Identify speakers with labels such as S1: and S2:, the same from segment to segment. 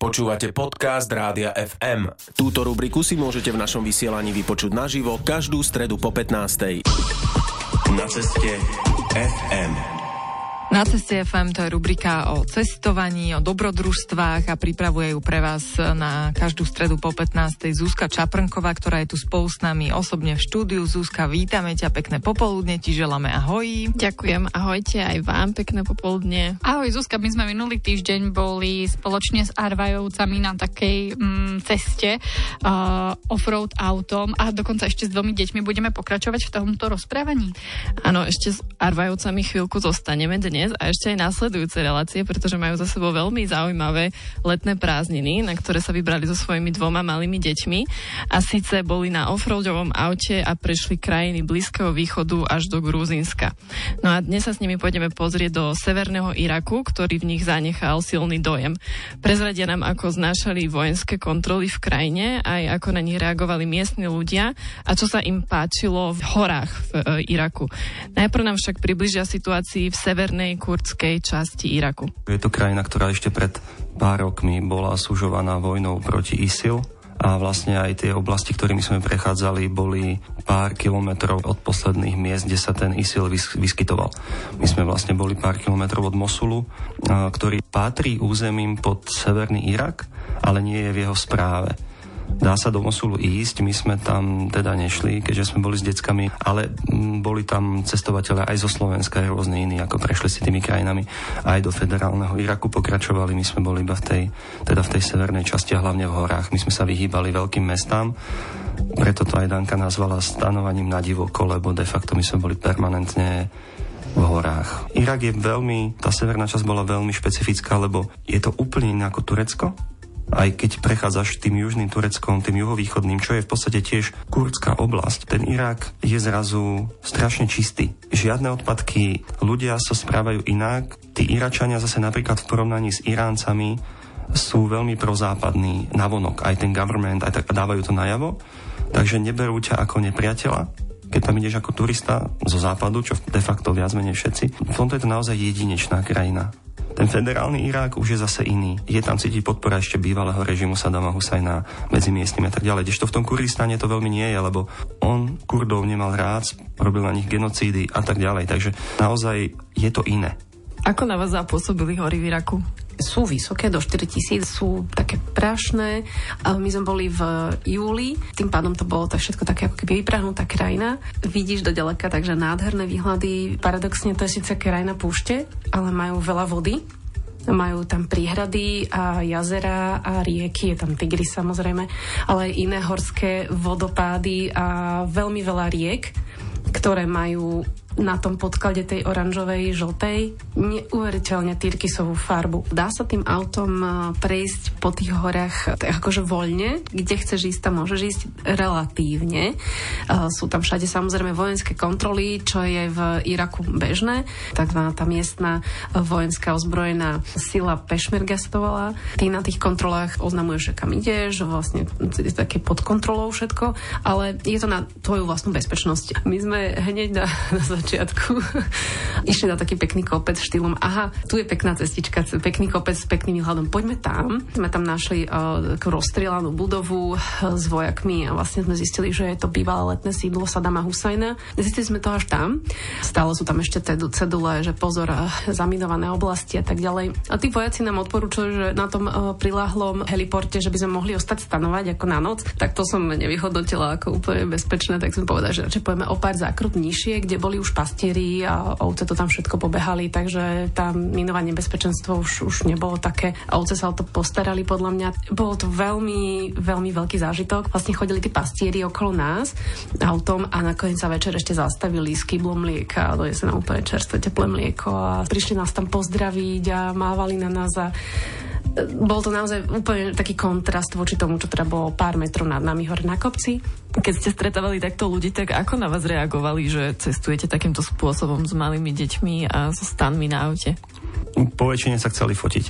S1: Počúvate podcast Rádia FM. Túto rubriku si môžete v našom vysielaní vypočuť naživo každú stredu po 15:00. Na ceste FM.
S2: Na ceste FM to je rubrika o cestovaní, o dobrodružstvách a pripravuje ju pre vás na každú stredu po 15:00 Zuzka Čaprnková, ktorá je tu spolu s nami osobne v štúdiu. Zuzka, vítame ťa, pekné popoludne, ti želáme ahoj.
S3: Ďakujem, ahojte aj vám, pekné popoludne.
S4: Ahoj Zuzka, my sme minulý týždeň boli spoločne s Arvajovcami na takej ceste offroad autom a dokonca ešte s 2 deťmi budeme pokračovať v tomto rozprávaní.
S3: Áno, ešte s Arvajovcami chvíľku zostaneme dnes a ešte aj následujúce relácie, pretože majú za sebou veľmi zaujímavé letné prázdniny, na ktoré sa vybrali so svojimi 2 malými deťmi a síce boli na offroadovom aute a prešli krajiny Blízkeho východu až do Gruzínska. No a dnes sa s nimi pôjdeme pozrieť do severného Iraku, ktorý v nich zanechal silný dojem. Prezradia nám, ako znášali vojenské kontroly v krajine, aj ako na nich reagovali miestni ľudia a čo sa im páčilo v horách v Iraku. Najprv nám však približia situácii v severnej kurdskej časti Iraku.
S5: Je to krajina, ktorá ešte pred pár rokmi bola sužovaná vojnou proti ISIL a vlastne aj tie oblasti, ktorými sme prechádzali, boli pár kilometrov od posledných miest, kde sa ten ISIL vyskytoval. My sme vlastne boli pár kilometrov od Mosulu, ktorý patrí územím pod severný Irak, ale nie je v jeho správe. Dá sa do Mosulu ísť, my sme tam teda nešli, keďže sme boli s deckami, ale boli tam cestovatelia aj zo Slovenska, aj rôzne iní, ako prešli si tými krajinami, aj do federálneho Iraku pokračovali, my sme boli iba v tej severnej časti a hlavne v horách. My sme sa vyhýbali veľkým mestám, preto to aj Danka nazvala stanovaním na divoko, lebo de facto my sme boli permanentne v horách. Irak je tá severná časť bola veľmi špecifická, lebo je to úplne iné ako Turecko. Aj keď prechádzaš tým južným Tureckom, tým juhovýchodným, čo je v podstate tiež kurdská oblasť, ten Irak je zrazu strašne čistý. Žiadne odpadky, ľudia sa správajú inak. Tí Iračania zase napríklad v porovnaní s Iráncami sú veľmi prozápadní navonok. Aj ten government, aj tak dávajú to najavo. Takže neberú ťa ako nepriateľa, keď tam ideš ako turista zo západu, čo de facto viac menej všetci. V tomto je to naozaj jedinečná krajina. Ten federálny Irák už je zase iný. Je tam cítiť podpora ešte bývalého režimu Sadama Husajna medzi miestnymi a tak ďalej. Kdežto v tom Kurdistane to veľmi nie je, lebo on Kurdov nemal rád, robil na nich genocídy a tak ďalej. Takže naozaj je to iné.
S3: Ako na vás zapôsobili hory v Iraku?
S6: Sú vysoké, do 4000, sú také prašné. My sme boli v júli, tým pádom to bolo tak všetko také ako keby vyprahnutá krajina. Vidíš do ďaleka, takže nádherné výhľady. Paradoxne to je síce krajina púšte, ale majú veľa vody. Majú tam príhrady a jazera a rieky, je tam Tigris samozrejme, ale aj iné horské vodopády a veľmi veľa riek, ktoré majú na tom podklade tej oranžovej, žltej neuveriteľne tyrkysovú farbu. Dá sa tým autom prejsť po tých horách akože voľne, kde chceš ísť, tam môžeš ísť relatívne. Sú tam všade samozrejme vojenské kontroly, čo je v Iraku bežné. Takzvaná tá miestna vojenská ozbrojená sila Pešmerga sa to volá. Ty na tých kontrolách oznamuješ, že kam ideš, vlastne je také pod kontrolou všetko, ale je to na tvoju vlastnú bezpečnosť. My sme hneď na začiatku išli na taký pekný kopec štýlom aha, tu je pekná cestička, pekný kopec s pekným výhľadom, poďme tam. Sme tam našli rozstrielanú budovu s vojakmi a vlastne sme zistili, že je to bývalé letné sídlo Sadama Husajna. Zistili sme to až tam. Stále sú tam ešte cedule, že pozor, zaminované oblasti a tak ďalej. A tí vojaci nám odporúčali, že na tom priláhlom heliporte, že by sme mohli ostať stanovať ako na noc, tak to som nevyhodnotila ako úplne bezpečné, tak som povedala, že pojeme o pár zákrut nižšie, kde boli už pastieri a ovce to tam všetko pobehali, takže tam minovanie nebezpečenstvo už nebolo také. A ovce sa o to postarali podľa mňa. Bolo to veľmi, veľmi veľký zážitok. Vlastne chodili tí pastieri okolo nás autom a nakoniec sa večer ešte zastavili s kyblom mlieka a dojesli nám úplne čerstvé teplé mlieko a prišli nás tam pozdraviť a mávali na nás a bol to naozaj úplne taký kontrast voči tomu, čo teda bolo pár metrov nad nami hore na kopci.
S3: Keď ste stretávali takto ľudí, tak ako na vás reagovali, že cestujete takýmto spôsobom s malými deťmi a so stanmi na aute?
S5: Po väčšine sa chceli fotiť.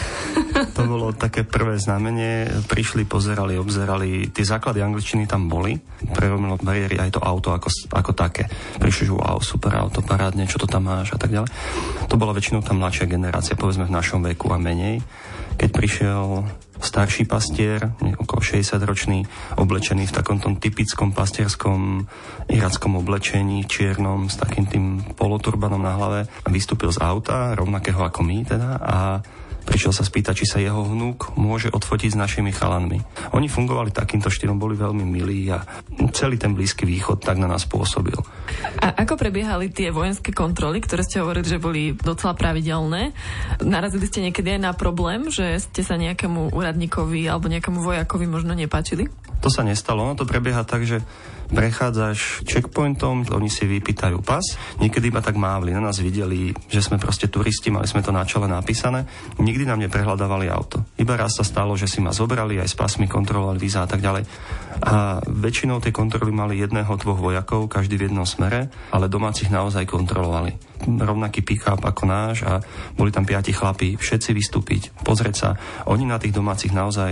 S5: To bolo také prvé znamenie. Prišli, pozerali, obzerali. Tie základy angličtiny tam boli. Prelomilo bariéry aj to auto ako také. Prišli, že wow, super auto, parádne, čo to tam máš a tak ďalej. To bola väčšinou tá mladšia generácia, povedzme v našom veku a menej. Keď prišiel starší pastier, okolo 60-ročný, oblečený v takom tom typickom pastierskom irackom oblečení, čiernom, s takým tým poloturbanom na hlave. Vystúpil z auta, rovnakého ako my teda, a prišiel sa spýtať, či sa jeho vnúk môže odfotiť s našimi chalanmi. Oni fungovali takýmto štýlom, boli veľmi milí a celý ten Blízky východ tak na nás pôsobil.
S3: A ako prebiehali tie vojenské kontroly, ktoré ste hovorili, že boli docela pravidelné? Narazili ste niekedy aj na problém, že ste sa nejakému úradníkovi alebo nejakému vojakovi možno nepáčili?
S5: To sa nestalo, ono to prebieha tak, že prechádzaš checkpointom, oni si vypýtajú pas, niekedy iba tak mávli, na nás videli, že sme proste turisti, mali sme to na čele napísané, nikdy nám neprehľadávali auto. Iba raz sa stalo, že si ma zobrali, aj s pasmi kontrolovali víza a tak ďalej. A väčšinou tej kontroly mali 1-2 vojakov, každý v jednom smere, ale domácich naozaj kontrolovali. Rovnaký pick-up ako náš a boli tam 5 chlapí, všetci vystúpiť, pozrieť sa. Oni na tých domácich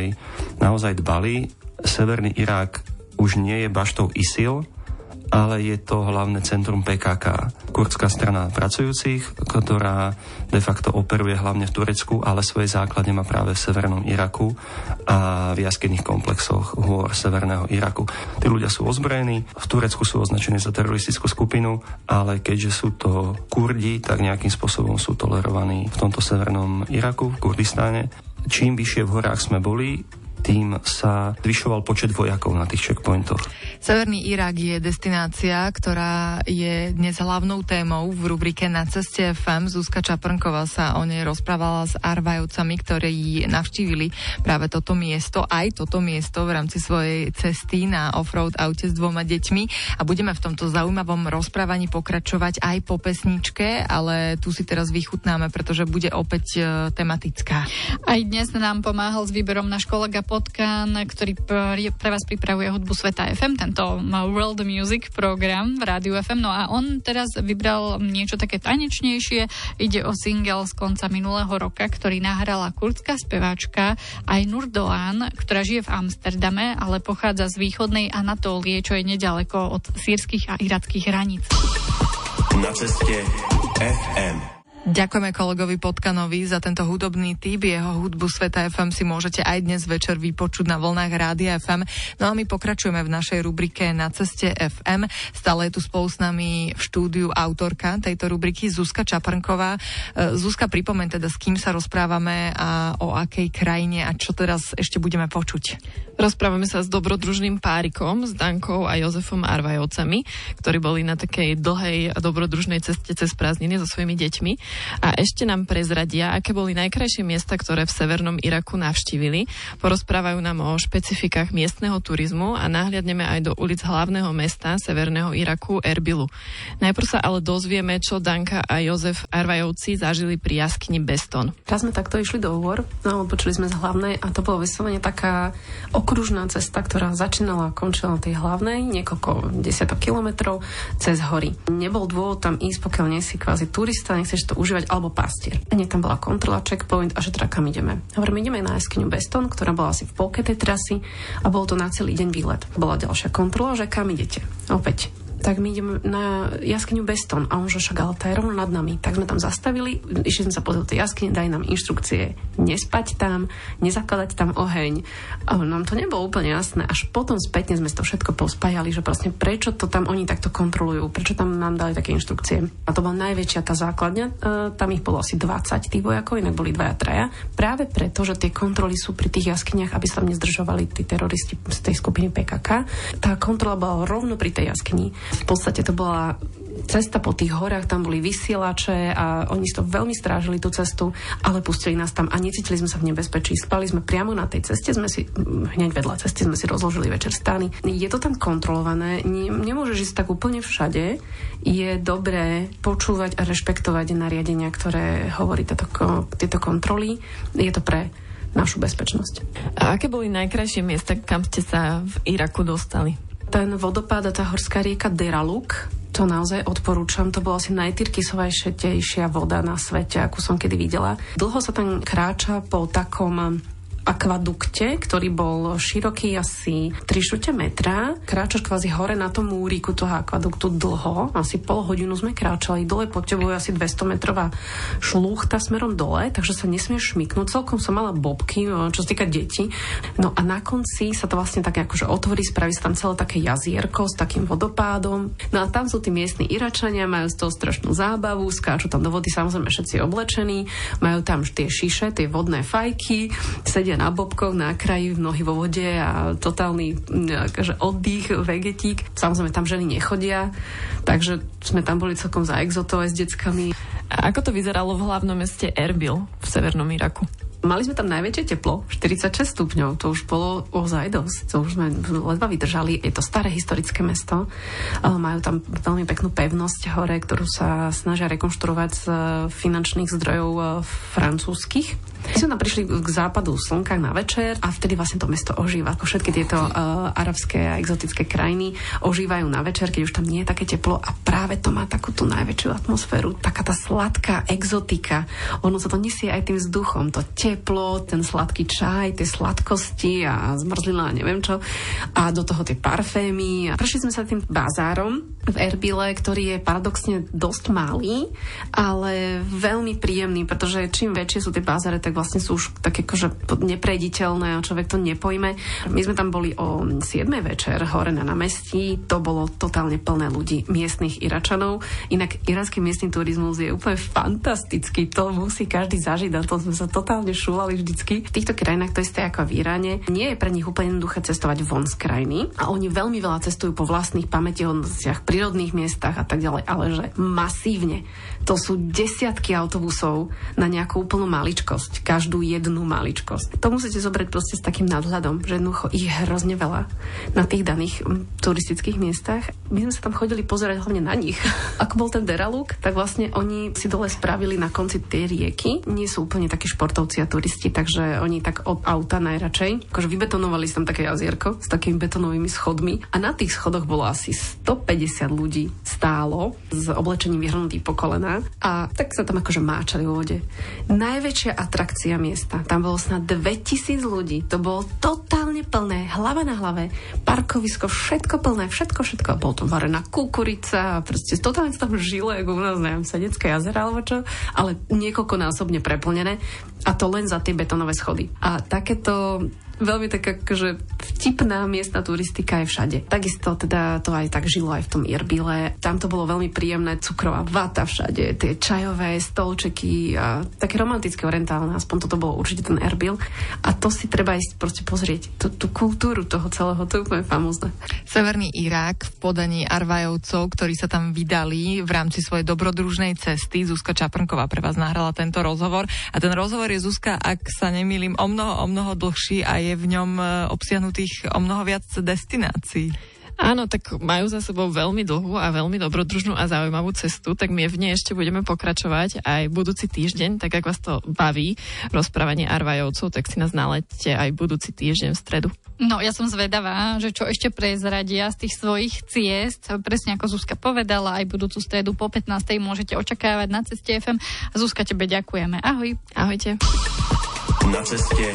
S5: naozaj dbali. Severný Irak už nie je baštou ISIL, ale je to hlavné centrum PKK. Kurdská strana pracujúcich, ktorá de facto operuje hlavne v Turecku, ale svoje základne má práve v severnom Iraku a v jaskyných komplexoch hôr severného Iraku. Tí ľudia sú ozbrojení, v Turecku sú označení za teroristickú skupinu, ale keďže sú to Kurdi, tak nejakým spôsobom sú tolerovaní v tomto severnom Iraku, v Kurdistáne. Čím vyššie v horách sme boli, tým sa zvyšoval počet vojakov na tých checkpointoch.
S2: Severný Irak je destinácia, ktorá je dnes hlavnou témou v rubrike Na ceste FM. Zuzka Čaprnková sa o nej rozprávala s Arvajovcami, ktorí navštívili práve toto miesto, aj toto miesto v rámci svojej cesty na offroad aute s 2 deťmi. A budeme v tomto zaujímavom rozprávaní pokračovať aj po pesničke, ale tu si teraz vychutnáme, pretože bude opäť tematická.
S4: Aj dnes nám pomáhal s výberom náš kolega Potkan, ktorý pre vás pripravuje hudbu Sveta FM, tento World Music program v Rádiu FM. No a on teraz vybral niečo také tanečnejšie. Ide o single z konca minulého roka, ktorý nahrala kurdská speváčka Ainur Doğan, ktorá žije v Amsterdame, ale pochádza z východnej Anatólie, čo je nedaleko od sýrskych a irackých hraníc.
S1: Na ceste FM.
S2: Ďakujeme kolegovi Potkanovi za tento hudobný tip. Jeho hudbu Sveta FM si môžete aj dnes večer vypočuť na vlnách Rádia FM. No a my pokračujeme v našej rubrike Na ceste FM. Stále je tu spolu s nami v štúdiu autorka tejto rubriky Zuzka Čaprnková. Zuzka, pripomeň teda, s kým sa rozprávame a o akej krajine a čo teraz ešte budeme počuť.
S3: Rozprávame sa s dobrodružným párikom, s Dankou a Jozefom Arvajovcami, ktorí boli na takej dlhej a dobrodružnej ceste cez prázdniny so svojimi deťmi. A ešte nám prezradia, aké boli najkrajšie miesta, ktoré v severnom Iraku navštívili. Porozprávajú nám o špecifikách miestneho turizmu a nahliadneme aj do ulic hlavného mesta severného Iraku Erbilu. Najprv sa ale dozvieme, čo Danka a Jozef Arvajovci zažili pri jaskyni Beston.
S6: Raz sme takto išli do hôr, no počuli sme z hlavnej a to bolo vyslovene taká okružná cesta, ktorá začínala a končila na tej hlavnej, niekoľko desiatok kilometrov cez hory. Nebol dôvod tam ísť, pokiaľ nie si kvázi turista, nechceš to užívať, alebo pastier. A nie tam bola kontrola, checkpoint a že teda kam ideme. Hovorím, ideme na jaskyňu Beston, ktorá bola asi v polke tej trasy a bol to na celý deň výlet. Bola ďalšia kontrola, že kam idete. Opäť. Tak my ideme na jaskyňu Beston a on že však, ale tá je rovno nad nami. Tak sme tam zastavili, išli sme sa pozrieť do tej jaskyne, dali nám inštrukcie nespať tam, nezakladať tam oheň. A nám to nebolo úplne jasné. Až potom spätne sme to všetko pospájali, že vlastne prečo to tam oni takto kontrolujú, prečo tam nám dali také inštrukcie. A to bola najväčšia tá základňa, tam ich bolo asi 20 tých vojakov, inak boli 2-3. Práve preto, že tie kontroly sú pri tých jaskyniach, aby sa tam nezdržovali tí teroristi z tej skupiny PKK. Tá kontrola bola rovno pri tej jaskyni. V podstate to bola cesta po tých horách, tam boli vysielače a oni si to veľmi strážili tú cestu, ale pustili nás tam a necítili sme sa v nebezpečí. Spali sme priamo na tej ceste, hneď vedľa cesty sme si rozložili večer stány. Je to tam kontrolované, nemôžeš ísť tak úplne všade. Je dobré počúvať a rešpektovať nariadenia, ktoré hovorí tieto kontroly. Je to pre našu bezpečnosť.
S3: A aké boli najkrajšie miesta, kam ste sa v Iraku dostali?
S6: Ten vodopád a tá horská rieka Deraluk, to naozaj odporúčam. To bola asi najtyrkysovejšia voda na svete, akú som kedy videla. Dlho sa tam kráča po takom akvadukte, ktorý bol široký asi 3 metra. Kráčaš kvázi hore na tom múriku toho akvaduktu dlho, asi pol hodinu sme kráčali, dole pod tebou je asi 200-metrová šlúchta smerom dole, takže sa nesmieš šmyknúť. Celkom som mala bobky, čo sa týka detí. No a na konci sa to vlastne tak akože otvorí, spraví sa tam celé také jazierko s takým vodopádom. No a tam sú tí miestni Iračania, majú z toho strašnú zábavu, skáču tam do vody, samozrejme všetci oblečení, majú tam tie šiše, tie vodné fajky, sedia na bobkoch, na kraji, nohy vo vode a totálny akože oddych, vegetík. Samozrejme tam ženy nechodia, takže sme tam boli celkom zaexotové s deckami.
S3: A ako to vyzeralo v hlavnom meste Erbil v severnom Iraku?
S6: Mali sme tam najväčšie teplo, 46 stupňov, to už bolo ozaj dosť, to už sme ledva vydržali. Je to staré historické mesto, majú tam veľmi peknú pevnosť hore, ktorú sa snažia rekonštruovať z finančných zdrojov francúzskych. My sme tam prišli k západu slnka na večer a vtedy vlastne to mesto ožíva. Všetky tieto arabské a exotické krajiny ožívajú na večer, keď už tam nie je také teplo a práve to má takú tú najväčšiu atmosféru. Taká tá sladká exotika. Ono sa to nesie aj tým vzduchom. To teplo, ten sladký čaj, tie sladkosti a zmrzlina a neviem čo. A do toho tie parfémy. A prešli sme sa tým bazárom v Erbile, ktorý je paradoxne dosť malý, ale veľmi príjemný, pretože čím väčšie sú tie bazáre, tak vlastne sú už také akože neprejditeľné a človek to nepojme. My sme tam boli o 7 večer hore na námestí, to bolo totálne plné ľudí, miestnych Iračanov. Inak iránsky miestny turizmus je úplne fantastický, to musí každý zažiť a to sme sa totálne šúlali vždycky. V týchto krajinách to isté ako v Iráne. Nie je pre nich úplne jednoduché cestovať von z krajiny a oni veľmi veľa cestujú po vlastných pamätihodnostiach, prírodných miestach a tak ďalej, ale že masívne. To sú desiatky autobusov na nejakú úplnú maličkosť, každú jednu maličkosť. To musíte zobrať proste s takým nadhľadom, že jednoducho ich hrozne veľa na tých daných turistických miestach. My sme sa tam chodili pozerať hlavne na nich. Ako bol ten Deraluk, tak vlastne oni si dole spravili na konci tej rieky. Nie sú úplne takí športovci a turisti, takže oni tak od auta najradšej. Akože vybetonovali si tam také jazierko s takými betonovými schodmi a na tých schodoch bolo asi 150 ľudí stálo s oblečením vyhrnutých po kolená a tak sa tam akože máčali vo vode. Najväčšia atrakcia miesta, tam bolo snad 2000 ľudí, to bolo totálne plné, hlava na hlave, parkovisko, všetko plné, všetko. Bol tam varená kukurica, proste totálne sa tam žilo, ako u nás, neviem, Sedecké jazera alebo čo, ale niekoľkonásobne preplnené a to len za tie betonové schody. A takéto veľmi taká akože vtipná miestna turistika je všade. Takisto teda to aj tak žilo aj v tom Erbile. Tam to bolo veľmi príjemné, cukrová vata všade, tie čajové stolčeky a také romantické, orientálne, aspoň toto bolo určite ten Erbil. A to si treba ísť proste pozrieť, tú kultúru toho celého, to je úplne famózne.
S2: Severný Irak v podaní Arvajovcov, ktorí sa tam vydali v rámci svojej dobrodružnej cesty. Zuzka Čaprnková pre vás nahrala tento rozhovor. A ten rozhovor je, Zuzka, ak sa nemýlim, o mnoho dlhší a je v ňom obsiahnutých o mnoho viac destinácií.
S3: Áno, tak majú za sebou veľmi dlhú a veľmi dobrodružnú a zaujímavú cestu, tak my v nej ešte budeme pokračovať aj budúci týždeň, tak ak vás to baví, rozprávanie Arvajovcov, tak si nás naladíte aj budúci týždeň v stredu.
S4: No, ja som zvedavá, že čo ešte prezradia z tých svojich ciest, presne ako Zuzka povedala, aj budúcu stredu po 15. môžete očakávať na Ceste FM. Zuzka, tebe ďakujeme. Ahoj.
S3: Ahojte.
S1: Na Ceste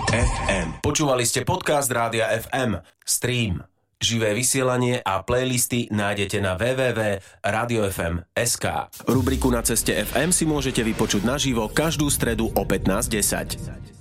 S1: FM. Počúvali ste podcast Rádia FM. Stream, živé vysielanie a playlisty nájdete na www.radiofm.sk. Rubriku Na Ceste FM si môžete vypočuť naživo každú stredu o 15:10.